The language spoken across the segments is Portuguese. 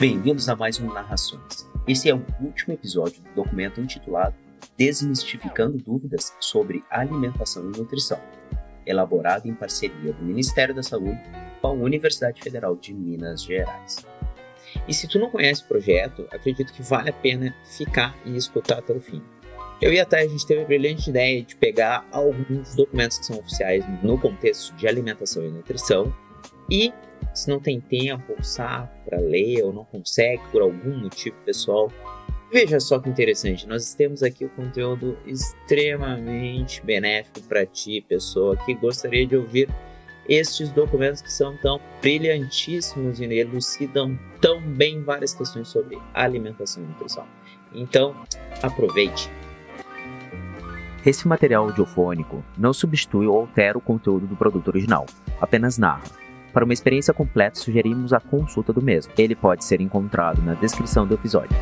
Bem-vindos a mais um Narrações. Esse é o último episódio do documento intitulado Desmistificando Dúvidas sobre Alimentação e Nutrição, elaborado em parceria do Ministério da Saúde com a Universidade Federal de Minas Gerais. E se tu não conhece o projeto, acredito que vale a pena ficar e escutar até o fim. Eu e a Thay, a gente teve a brilhante ideia de pegar alguns documentos que são oficiais no contexto de alimentação e nutrição e, se não tem tempo ou saco para ler ou não consegue por algum motivo pessoal, veja só que interessante, nós temos aqui o conteúdo extremamente benéfico para ti, pessoa que gostaria de ouvir estes documentos que são tão brilhantíssimos e elucidam tão bem várias questões sobre alimentação e nutrição. Então, aproveite! Esse material audiofônico não substitui ou altera o conteúdo do produto original, apenas narra. Para uma experiência completa, sugerimos a consulta do mesmo. Ele pode ser encontrado na descrição do episódio.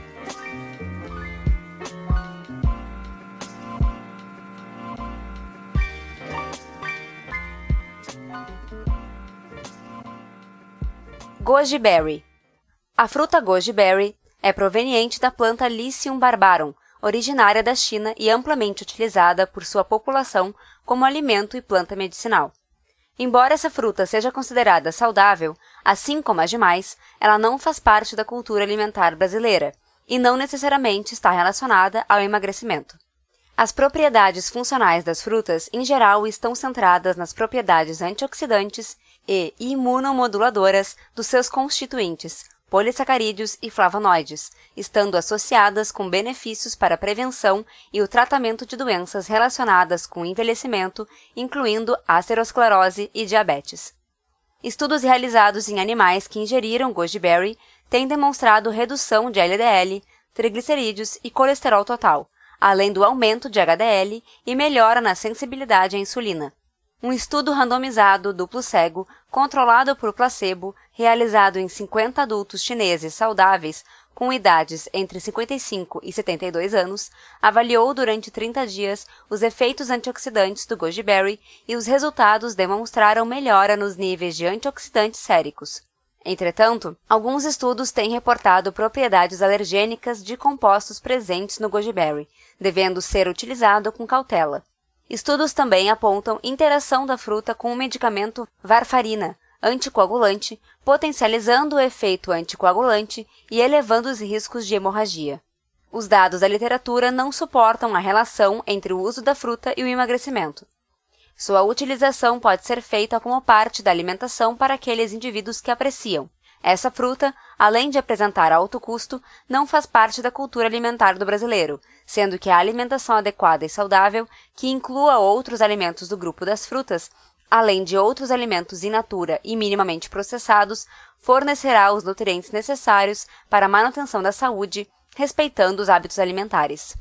Goji berry. A fruta goji berry é proveniente da planta Lycium barbarum, originária da China e amplamente utilizada por sua população como alimento e planta medicinal. Embora essa fruta seja considerada saudável, assim como as demais, ela não faz parte da cultura alimentar brasileira e não necessariamente está relacionada ao emagrecimento. As propriedades funcionais das frutas, em geral, estão centradas nas propriedades antioxidantes e imunomoduladoras dos seus constituintes, polissacarídeos e flavonoides, estando associadas com benefícios para a prevenção e o tratamento de doenças relacionadas com o envelhecimento, incluindo aterosclerose e diabetes. Estudos realizados em animais que ingeriram goji berry têm demonstrado redução de LDL, triglicerídeos e colesterol total, além do aumento de HDL e melhora na sensibilidade à insulina. Um estudo randomizado duplo cego, controlado por placebo, realizado em 50 adultos chineses saudáveis com idades entre 55 e 72 anos, avaliou durante 30 dias os efeitos antioxidantes do goji berry e os resultados demonstraram melhora nos níveis de antioxidantes séricos. Entretanto, alguns estudos têm reportado propriedades alergênicas de compostos presentes no goji berry, devendo ser utilizado com cautela. Estudos também apontam interação da fruta com o medicamento varfarina, anticoagulante, potencializando o efeito anticoagulante e elevando os riscos de hemorragia. Os dados da literatura não suportam a relação entre o uso da fruta e o emagrecimento. Sua utilização pode ser feita como parte da alimentação para aqueles indivíduos que apreciam. Essa fruta, além de apresentar alto custo, não faz parte da cultura alimentar do brasileiro, sendo que a alimentação adequada e saudável, que inclua outros alimentos do grupo das frutas, além de outros alimentos in natura e minimamente processados, fornecerá os nutrientes necessários para a manutenção da saúde, respeitando os hábitos alimentares.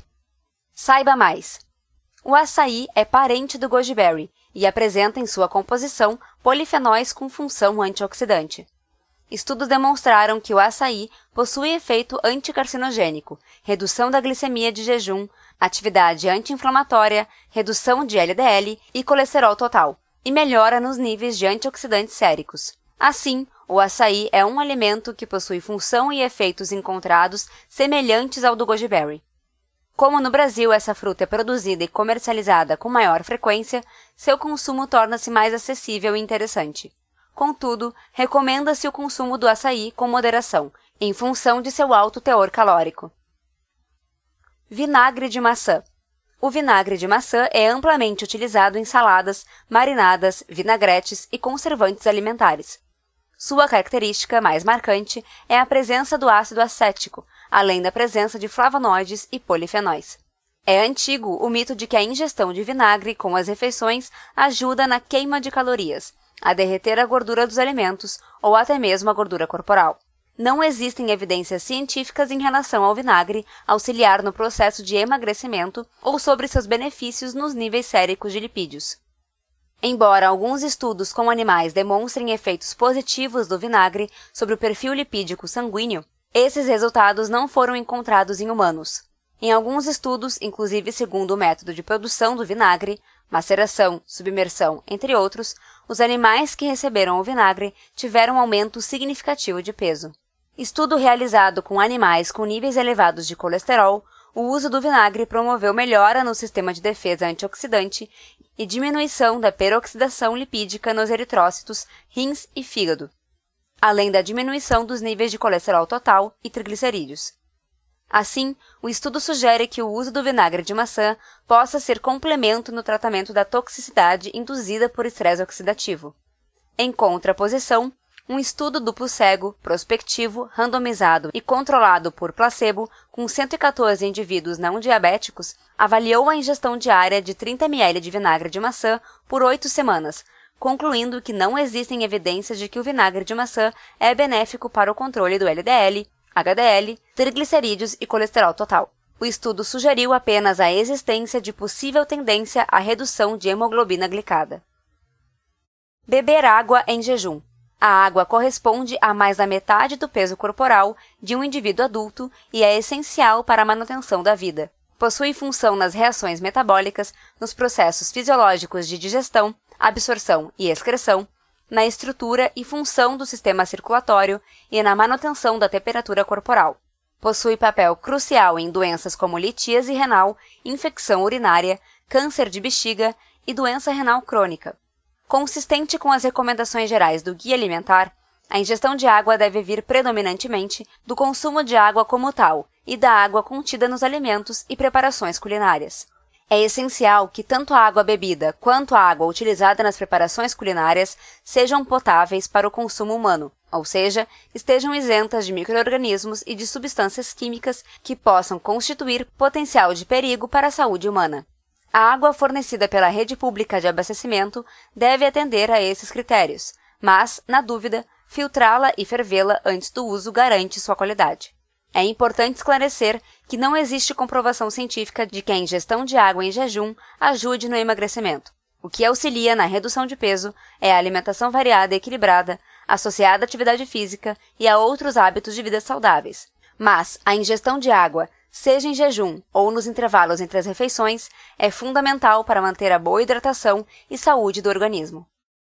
Saiba mais! O açaí é parente do goji berry e apresenta em sua composição polifenóis com função antioxidante. Estudos demonstraram que o açaí possui efeito anticarcinogênico, redução da glicemia de jejum, atividade anti-inflamatória, redução de LDL e colesterol total, e melhora nos níveis de antioxidantes séricos. Assim, o açaí é um alimento que possui função e efeitos encontrados semelhantes ao do goji berry. Como no Brasil essa fruta é produzida e comercializada com maior frequência, seu consumo torna-se mais acessível e interessante. Contudo, recomenda-se o consumo do açaí com moderação, em função de seu alto teor calórico. Vinagre de maçã. O vinagre de maçã é amplamente utilizado em saladas, marinadas, vinagretes e conservantes alimentares. Sua característica mais marcante é a presença do ácido acético, além da presença de flavonoides e polifenóis. É antigo o mito de que a ingestão de vinagre com as refeições ajuda na queima de calorias, a derreter a gordura dos alimentos ou até mesmo a gordura corporal. Não existem evidências científicas em relação ao vinagre auxiliar no processo de emagrecimento ou sobre seus benefícios nos níveis séricos de lipídios. Embora alguns estudos com animais demonstrem efeitos positivos do vinagre sobre o perfil lipídico sanguíneo, esses resultados não foram encontrados em humanos. Em alguns estudos, inclusive segundo o método de produção do vinagre, maceração, submersão, entre outros, os animais que receberam o vinagre tiveram um aumento significativo de peso. Estudo realizado com animais com níveis elevados de colesterol, o uso do vinagre promoveu melhora no sistema de defesa antioxidante e diminuição da peroxidação lipídica nos eritrócitos, rins e fígado, além da diminuição dos níveis de colesterol total e triglicerídeos. Assim, o estudo sugere que o uso do vinagre de maçã possa ser complemento no tratamento da toxicidade induzida por estresse oxidativo. Em contraposição, um estudo duplo cego, prospectivo, randomizado e controlado por placebo, com 114 indivíduos não diabéticos, avaliou a ingestão diária de 30 ml de vinagre de maçã por 8 semanas, concluindo que não existem evidências de que o vinagre de maçã é benéfico para o controle do LDL, HDL, triglicerídeos e colesterol total. O estudo sugeriu apenas a existência de possível tendência à redução de hemoglobina glicada. Beber água em jejum. A água corresponde a mais da metade do peso corporal de um indivíduo adulto e é essencial para a manutenção da vida. Possui função nas reações metabólicas, nos processos fisiológicos de digestão, absorção e excreção, na estrutura e função do sistema circulatório e na manutenção da temperatura corporal. Possui papel crucial em doenças como litíase renal, infecção urinária, câncer de bexiga e doença renal crônica. Consistente com as recomendações gerais do Guia Alimentar, a ingestão de água deve vir predominantemente do consumo de água como tal e da água contida nos alimentos e preparações culinárias. É essencial que tanto a água bebida quanto a água utilizada nas preparações culinárias sejam potáveis para o consumo humano, ou seja, estejam isentas de micro-organismos e de substâncias químicas que possam constituir potencial de perigo para a saúde humana. A água fornecida pela rede pública de abastecimento deve atender a esses critérios, mas, na dúvida, filtrá-la e fervê-la antes do uso garante sua qualidade. É importante esclarecer que não existe comprovação científica de que a ingestão de água em jejum ajude no emagrecimento. O que auxilia na redução de peso é a alimentação variada e equilibrada, associada à atividade física e a outros hábitos de vida saudáveis. Mas a ingestão de água, seja em jejum ou nos intervalos entre as refeições, é fundamental para manter a boa hidratação e saúde do organismo.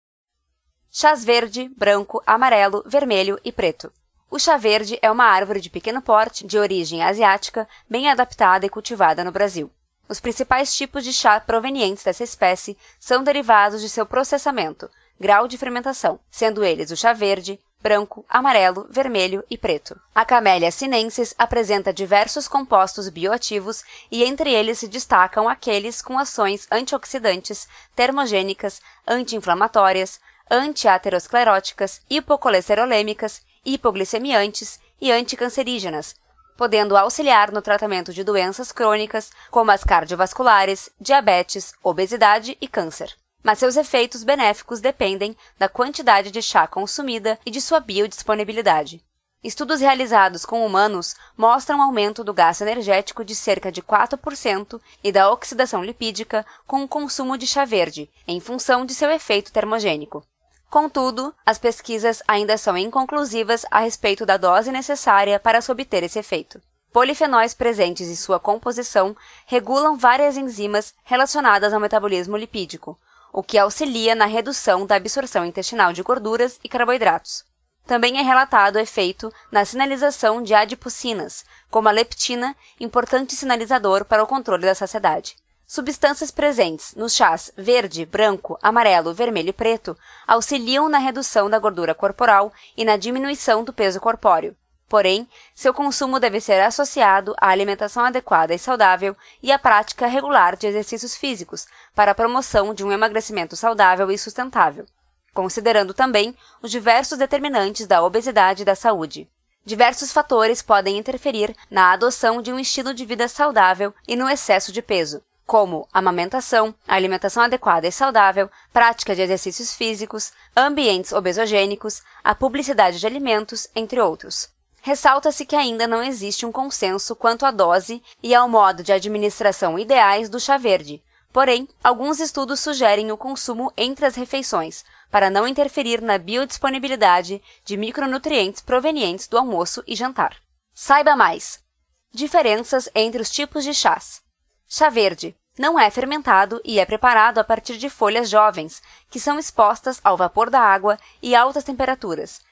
Chás verde, branco, amarelo, vermelho e preto. O chá verde é uma árvore de pequeno porte, de origem asiática, bem adaptada e cultivada no Brasil. Os principais tipos de chá provenientes dessa espécie são derivados de seu processamento, grau de fermentação, sendo eles o chá verde, branco, amarelo, vermelho e preto. A Camellia sinensis apresenta diversos compostos bioativos e entre eles se destacam aqueles com ações antioxidantes, termogênicas, anti-inflamatórias, anti-ateroscleróticas, hipocolesterolêmicas, hipoglicemiantes e anticancerígenas, podendo auxiliar no tratamento de doenças crônicas como as cardiovasculares, diabetes, obesidade e câncer. Mas seus efeitos benéficos dependem da quantidade de chá consumida e de sua biodisponibilidade. Estudos realizados com humanos mostram aumento do gasto energético de cerca de 4% e da oxidação lipídica com o consumo de chá verde, em função de seu efeito termogênico. Contudo, as pesquisas ainda são inconclusivas a respeito da dose necessária para se obter esse efeito. Polifenóis presentes em sua composição regulam várias enzimas relacionadas ao metabolismo lipídico, o que auxilia na redução da absorção intestinal de gorduras e carboidratos. Também é relatado o efeito na sinalização de adipocinas, como a leptina, importante sinalizador para o controle da saciedade. Substâncias presentes nos chás verde, branco, amarelo, vermelho e preto auxiliam na redução da gordura corporal e na diminuição do peso corpóreo. Porém, seu consumo deve ser associado à alimentação adequada e saudável e à prática regular de exercícios físicos para a promoção de um emagrecimento saudável e sustentável, considerando também os diversos determinantes da obesidade e da saúde. Diversos fatores podem interferir na adoção de um estilo de vida saudável e no excesso de peso, como amamentação, alimentação adequada e saudável, prática de exercícios físicos, ambientes obesogênicos, a publicidade de alimentos, entre outros. Ressalta-se que ainda não existe um consenso quanto à dose e ao modo de administração ideais do chá verde. Porém, alguns estudos sugerem o consumo entre as refeições, para não interferir na biodisponibilidade de micronutrientes provenientes do almoço e jantar. Saiba mais! Diferenças entre os tipos de chás. Chá verde não é fermentado e é preparado a partir de folhas jovens, que são expostas ao vapor da água e altas temperaturas,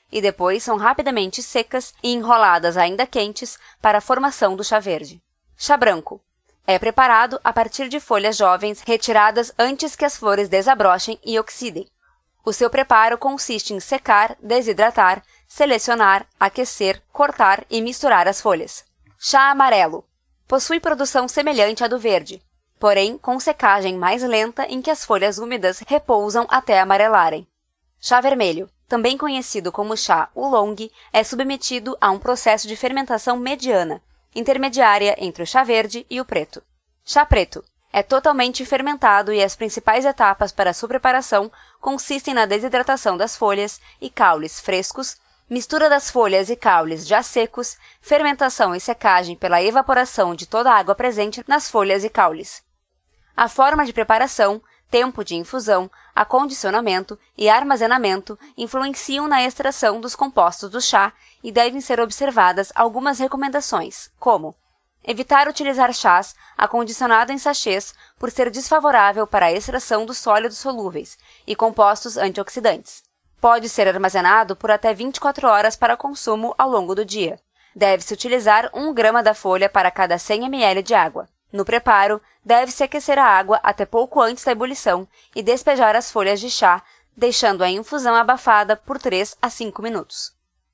e depois são rapidamente secas e enroladas ainda quentes para a formação do chá verde. Chá branco. É preparado a partir de folhas jovens retiradas antes que as flores desabrochem e oxidem. O seu preparo consiste em secar, desidratar, selecionar, aquecer, cortar e misturar as folhas. Chá amarelo. Possui produção semelhante à do verde, porém com secagem mais lenta em que as folhas úmidas repousam até amarelarem. Chá vermelho, também conhecido como chá oolong, é submetido a um processo de fermentação mediana, intermediária entre o chá verde e o preto. Chá preto. É totalmente fermentado e as principais etapas para sua preparação consistem na desidratação das folhas e caules frescos, mistura das folhas e caules já secos, fermentação e secagem pela evaporação de toda a água presente nas folhas e caules. A forma de preparação, tempo de infusão, acondicionamento e armazenamento influenciam na extração dos compostos do chá e devem ser observadas algumas recomendações, como evitar utilizar chás acondicionado em sachês por ser desfavorável para a extração dos sólidos solúveis e compostos antioxidantes. Pode ser armazenado por até 24 horas para consumo ao longo do dia. Deve-se utilizar 1 grama da folha para cada 100 ml de água. No preparo, deve-se aquecer a água até pouco antes da ebulição e despejar as folhas de chá, deixando a infusão abafada por 3 a 5 minutos.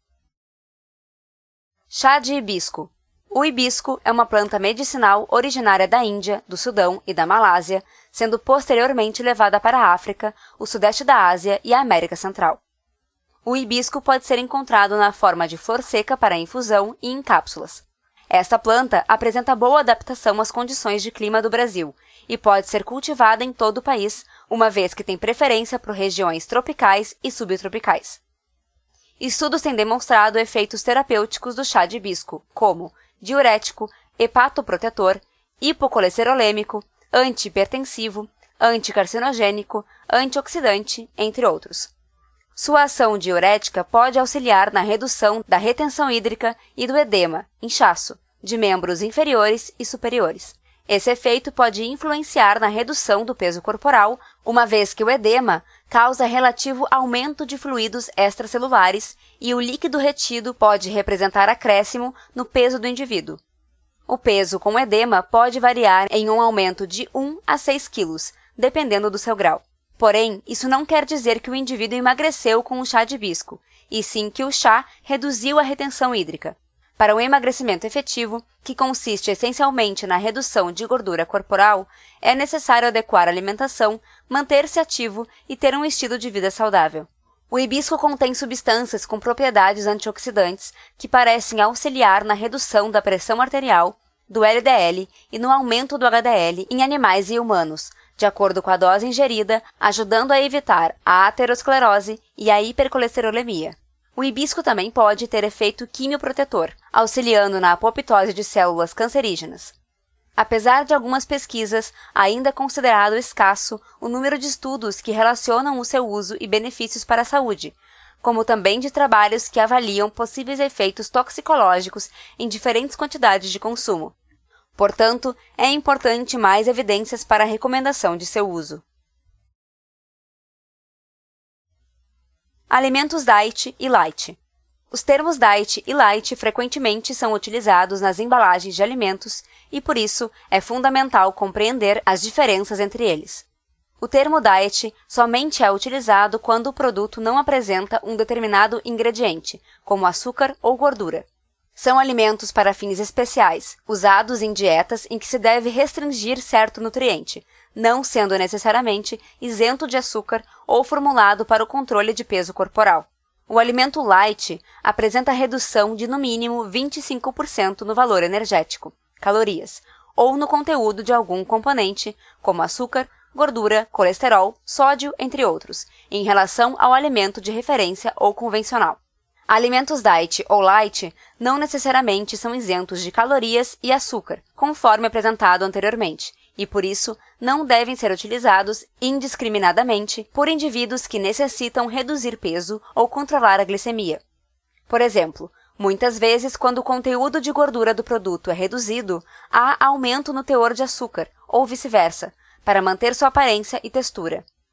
Chá de hibisco. O hibisco é uma planta medicinal originária da Índia, do Sudão e da Malásia, sendo posteriormente levada para a África, o Sudeste da Ásia e a América Central. O hibisco pode ser encontrado na forma de flor seca para infusão e em cápsulas. Esta planta apresenta boa adaptação às condições de clima do Brasil e pode ser cultivada em todo o país, uma vez que tem preferência por regiões tropicais e subtropicais. Estudos têm demonstrado efeitos terapêuticos do chá de hibisco, como diurético, hepatoprotetor, hipocolesterolêmico, antihipertensivo, anticarcinogênico, antioxidante, entre outros. Sua ação diurética pode auxiliar na redução da retenção hídrica e do edema, inchaço, de membros inferiores e superiores. Esse efeito pode influenciar na redução do peso corporal, uma vez que o edema causa relativo aumento de fluidos extracelulares e o líquido retido pode representar acréscimo no peso do indivíduo. O peso com edema pode variar em um aumento de 1 a 6 quilos, dependendo do seu grau. Porém, isso não quer dizer que o indivíduo emagreceu com o chá de hibisco, e sim que o chá reduziu a retenção hídrica. Para um emagrecimento efetivo, que consiste essencialmente na redução de gordura corporal, é necessário adequar a alimentação, manter-se ativo e ter um estilo de vida saudável. O hibisco contém substâncias com propriedades antioxidantes que parecem auxiliar na redução da pressão arterial, do LDL e no aumento do HDL em animais e humanos, de acordo com a dose ingerida, ajudando a evitar a aterosclerose e a hipercolesterolemia. O hibisco também pode ter efeito quimioprotetor, auxiliando na apoptose de células cancerígenas. Apesar de algumas pesquisas, ainda é considerado escasso o número de estudos que relacionam o seu uso e benefícios para a saúde, como também de trabalhos que avaliam possíveis efeitos toxicológicos em diferentes quantidades de consumo. Portanto, é importante mais evidências para a recomendação de seu uso. Alimentos diet e light. Os termos diet e light frequentemente são utilizados nas embalagens de alimentos e, por isso, é fundamental compreender as diferenças entre eles. O termo diet somente é utilizado quando o produto não apresenta um determinado ingrediente, como açúcar ou gordura. São alimentos para fins especiais, usados em dietas em que se deve restringir certo nutriente, não sendo necessariamente isento de açúcar ou formulado para o controle de peso corporal. O alimento light apresenta redução de no mínimo 25% no valor energético, calorias, ou no conteúdo de algum componente, como açúcar, gordura, colesterol, sódio, entre outros, em relação ao alimento de referência ou convencional. Alimentos diet ou light não necessariamente são isentos de calorias e açúcar, conforme apresentado anteriormente, e por isso não devem ser utilizados indiscriminadamente por indivíduos que necessitam reduzir peso ou controlar a glicemia. Por exemplo, muitas vezes quando o conteúdo de gordura do produto é reduzido, há aumento no teor de açúcar, ou vice-versa, para manter sua aparência e textura.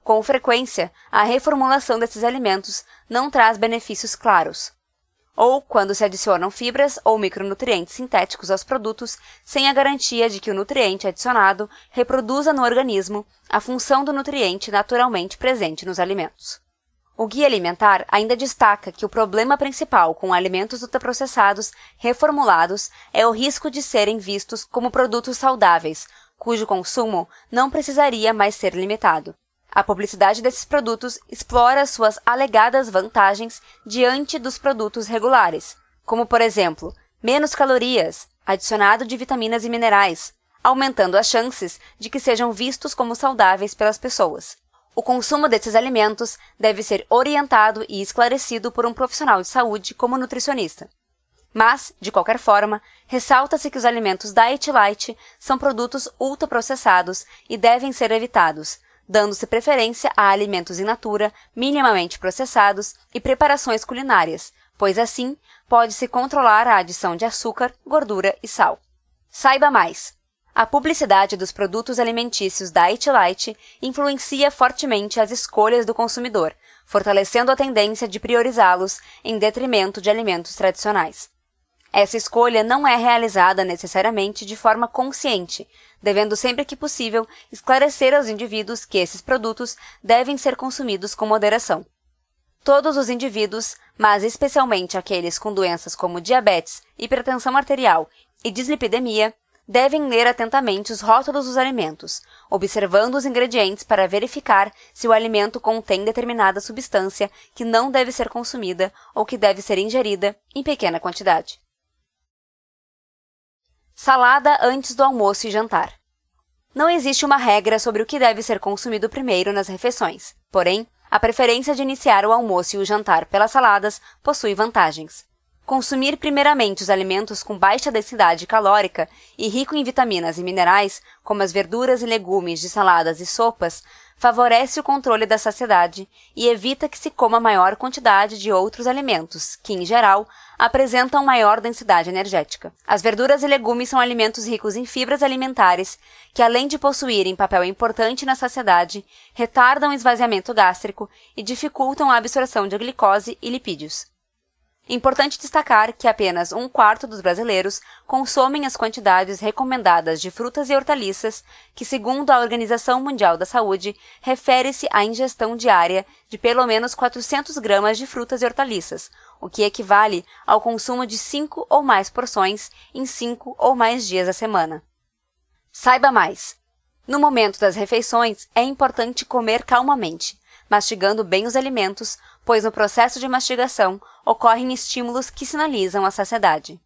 Com frequência, a reformulação desses alimentos não traz benefícios claros. Ou quando se adicionam fibras ou micronutrientes sintéticos aos produtos, sem a garantia de que o nutriente adicionado reproduza no organismo a função do nutriente naturalmente presente nos alimentos. O Guia Alimentar ainda destaca que o problema principal com alimentos ultraprocessados reformulados é o risco de serem vistos como produtos saudáveis, cujo consumo não precisaria mais ser limitado. A publicidade desses produtos explora suas alegadas vantagens diante dos produtos regulares, como, por exemplo, menos calorias, adicionado de vitaminas e minerais, aumentando as chances de que sejam vistos como saudáveis pelas pessoas. O consumo desses alimentos deve ser orientado e esclarecido por um profissional de saúde como nutricionista. Mas, de qualquer forma, ressalta-se que os alimentos Diet Light são produtos ultraprocessados e devem ser evitados, dando-se preferência a alimentos in natura, minimamente processados e preparações culinárias, pois assim pode-se controlar a adição de açúcar, gordura e sal. Saiba mais! A publicidade dos produtos alimentícios Diet Light influencia fortemente as escolhas do consumidor, fortalecendo a tendência de priorizá-los em detrimento de alimentos tradicionais. Essa escolha não é realizada necessariamente de forma consciente, devendo sempre que possível esclarecer aos indivíduos que esses produtos devem ser consumidos com moderação. Todos os indivíduos, mas especialmente aqueles com doenças como diabetes, hipertensão arterial e dislipidemia, devem ler atentamente os rótulos dos alimentos, observando os ingredientes para verificar se o alimento contém determinada substância que não deve ser consumida ou que deve ser ingerida em pequena quantidade. Salada antes do almoço e jantar. Não existe uma regra sobre o que deve ser consumido primeiro nas refeições, porém, a preferência de iniciar o almoço e o jantar pelas saladas possui vantagens. Consumir primeiramente os alimentos com baixa densidade calórica e rico em vitaminas e minerais, como as verduras e legumes de saladas e sopas, favorece o controle da saciedade e evita que se coma maior quantidade de outros alimentos, que, em geral, apresentam maior densidade energética. As verduras e legumes são alimentos ricos em fibras alimentares que, além de possuírem papel importante na saciedade, retardam o esvaziamento gástrico e dificultam a absorção de glicose e lipídios. Importante destacar que apenas 1/4 dos brasileiros consomem as quantidades recomendadas de frutas e hortaliças, que, segundo a Organização Mundial da Saúde, refere-se à ingestão diária de pelo menos 400 gramas de frutas e hortaliças, o que equivale ao consumo de 5 ou mais porções em 5 ou mais dias da semana. Saiba mais! No momento das refeições, é importante comer calmamente, mastigando bem os alimentos, pois no processo de mastigação ocorrem estímulos que sinalizam a saciedade.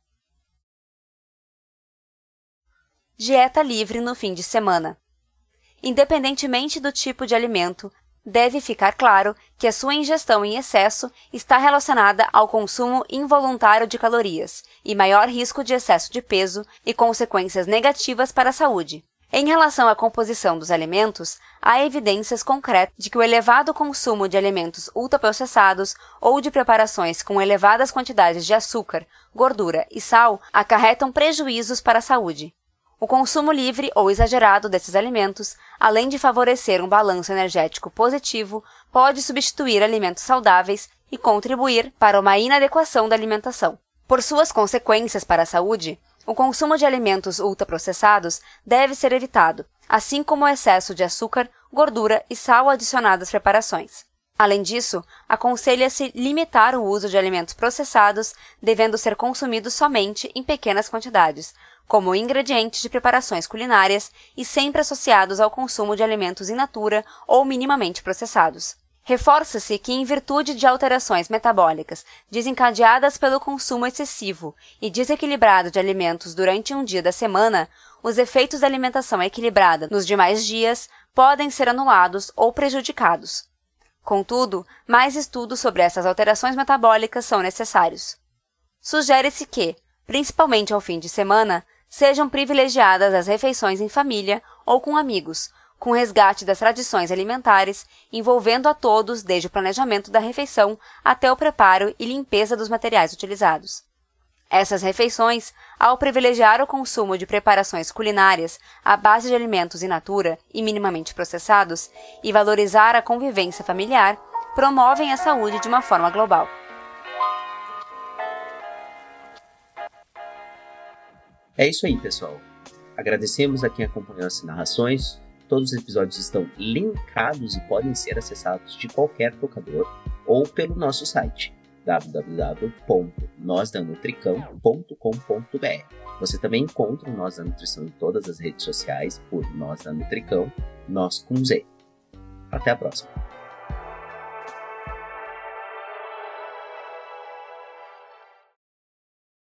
Dieta livre no fim de semana. Independentemente do tipo de alimento, deve ficar claro que a sua ingestão em excesso está relacionada ao consumo involuntário de calorias e maior risco de excesso de peso e consequências negativas para a saúde. Em relação à composição dos alimentos, há evidências concretas de que o elevado consumo de alimentos ultraprocessados ou de preparações com elevadas quantidades de açúcar, gordura e sal acarretam prejuízos para a saúde. O consumo livre ou exagerado desses alimentos, além de favorecer um balanço energético positivo, pode substituir alimentos saudáveis e contribuir para uma inadequação da alimentação. Por suas consequências para a saúde, o consumo de alimentos ultraprocessados deve ser evitado, assim como o excesso de açúcar, gordura e sal adicionado às preparações. Além disso, aconselha-se limitar o uso de alimentos processados, devendo ser consumidos somente em pequenas quantidades, como ingredientes de preparações culinárias e sempre associados ao consumo de alimentos in natura ou minimamente processados. Reforça-se que, em virtude de alterações metabólicas desencadeadas pelo consumo excessivo e desequilibrado de alimentos durante um dia da semana, os efeitos da alimentação equilibrada nos demais dias podem ser anulados ou prejudicados. Contudo, mais estudos sobre essas alterações metabólicas são necessários. Sugere-se que, principalmente ao fim de semana, sejam privilegiadas as refeições em família ou com amigos, com resgate das tradições alimentares, envolvendo a todos desde o planejamento da refeição até o preparo e limpeza dos materiais utilizados. Essas refeições, ao privilegiar o consumo de preparações culinárias à base de alimentos in natura e minimamente processados e valorizar a convivência familiar, promovem a saúde de uma forma global. É isso aí, pessoal. Agradecemos a quem acompanhou as narrações. Todos os episódios estão linkados e podem ser acessados de qualquer tocador ou pelo nosso site www.nozdanutricão.com.br. Você também encontra o Nós da Nutrição em todas as redes sociais por Nós da Nutricão, Nós com Z. Até a próxima!